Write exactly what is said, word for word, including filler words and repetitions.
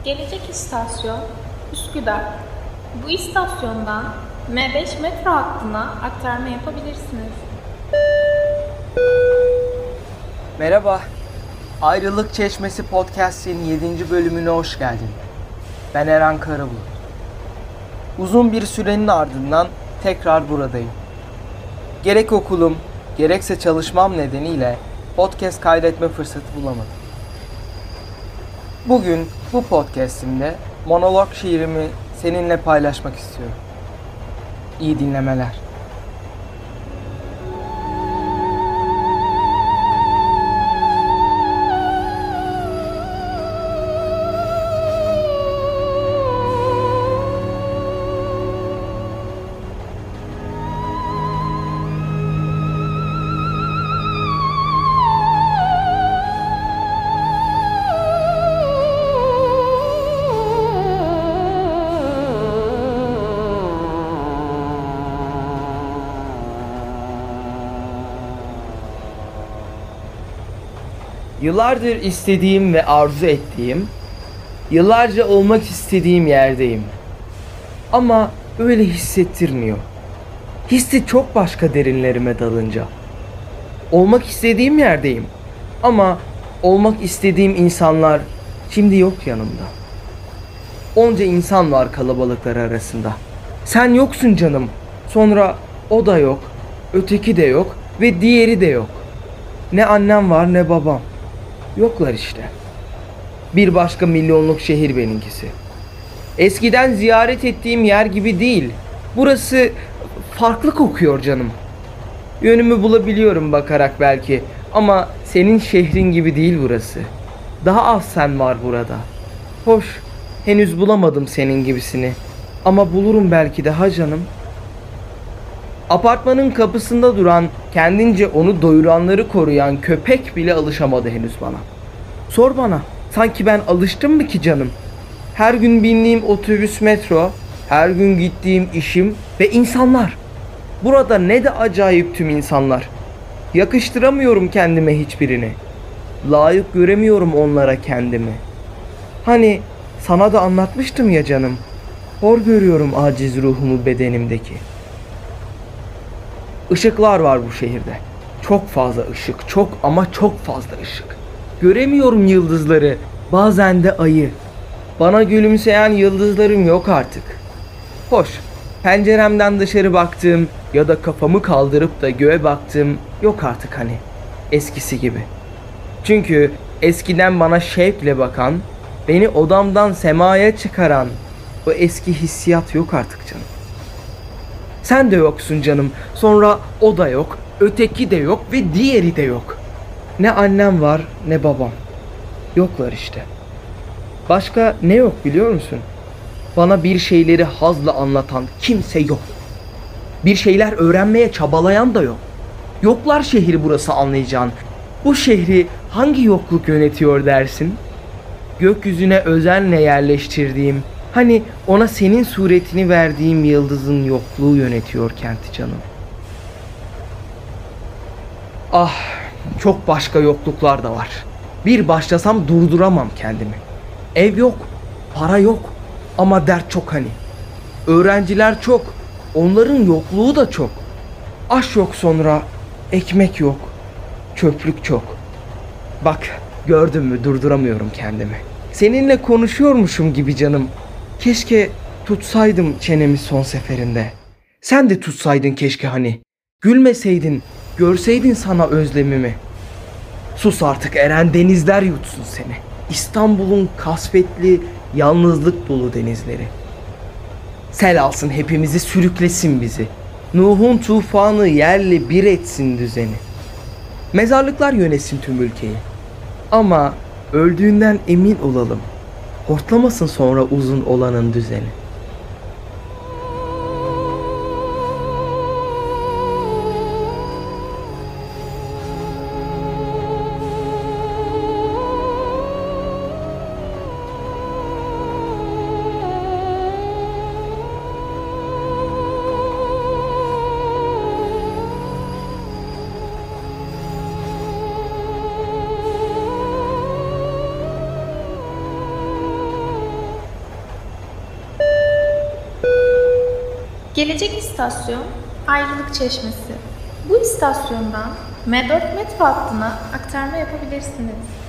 Gelecek istasyon Üsküdar. Bu istasyondan M beş metro hattına aktarma yapabilirsiniz. Merhaba, Ayrılık Çeşmesi Podcast'in yedinci bölümüne hoş geldin. Ben Eren Karabulut. Uzun bir sürenin ardından tekrar buradayım. Gerek okulum, gerekse çalışmam nedeniyle podcast kaydetme fırsatı bulamadım. Bugün bu podcast'imde monolog şiirimi seninle paylaşmak istiyorum. İyi dinlemeler. Yıllardır istediğim ve arzu ettiğim, yıllarca olmak istediğim yerdeyim. Ama öyle hissettirmiyor. Hissi çok başka derinlerime dalınca. Olmak istediğim yerdeyim. Ama olmak istediğim insanlar şimdi yok yanımda. Onca insan var kalabalıklar arasında. Sen yoksun canım. Sonra o da yok, öteki de yok ve diğeri de yok. Ne annem var ne babam. Yoklar işte. Bir başka milyonluk şehir benimkisi. Eskiden ziyaret ettiğim yer gibi değil. Burası farklı kokuyor canım. Yönümü bulabiliyorum bakarak belki. Ama senin şehrin gibi değil burası. Daha az sen var burada. Hoş, henüz bulamadım senin gibisini. Ama bulurum belki daha canım. Apartmanın kapısında duran, kendince onu doyuranları koruyan köpek bile alışamadı henüz bana. Sor bana, sanki ben alıştım mı ki canım? Her gün bindiğim otobüs, metro, her gün gittiğim işim ve insanlar. Burada ne de acayip tüm insanlar. Yakıştıramıyorum kendime hiçbirini. Layık göremiyorum onlara kendimi. Hani sana da anlatmıştım ya canım. Hor görüyorum aciz ruhumu bedenimdeki. Işıklar var bu şehirde. Çok fazla ışık, çok ama çok fazla ışık. Göremiyorum yıldızları, bazen de ayı. Bana gülümseyen yıldızlarım yok artık. Hoş, penceremden dışarı baktığım ya da kafamı kaldırıp da göğe baktığım yok artık hani. Eskisi gibi. Çünkü eskiden bana şevkle bakan, beni odamdan semaya çıkaran o eski hissiyat yok artık canım. Sen de yoksun canım. Sonra o da yok, öteki de yok ve diğeri de yok. Ne annem var ne babam. Yoklar işte. Başka ne yok biliyor musun? Bana bir şeyleri hazla anlatan kimse yok. Bir şeyler öğrenmeye çabalayan da yok. Yoklar şehri burası anlayacağın. Bu şehri hangi yokluk yönetiyor dersin? Gökyüzüne özenle yerleştirdiğim, hani ona senin suretini verdiğim yıldızın yokluğu yönetiyor kenti canım. Ah, çok başka yokluklar da var. Bir başlasam durduramam kendimi. Ev yok, para yok ama dert çok hani. Öğrenciler çok, onların yokluğu da çok. Aş yok sonra, ekmek yok, çöplük çok. Bak, gördün mü durduramıyorum kendimi. Seninle konuşuyormuşum gibi canım. Keşke tutsaydım çenemi son seferinde. Sen de tutsaydın keşke hani. Gülmeseydin, görseydin sana özlemimi. Sus artık Eren, denizler yutsun seni. İstanbul'un kasvetli, yalnızlık dolu denizleri. Sel alsın hepimizi, sürüklesin bizi. Nuh'un tufanı yerle bir etsin düzeni. Mezarlıklar yönetsin tüm ülkeyi. Ama öldüğünden emin olalım. Hortlamasın sonra uzun olanın düzeni. Gelecek istasyon Ayrılık Çeşmesi. Bu istasyondan M dört metro hattına aktarma yapabilirsiniz.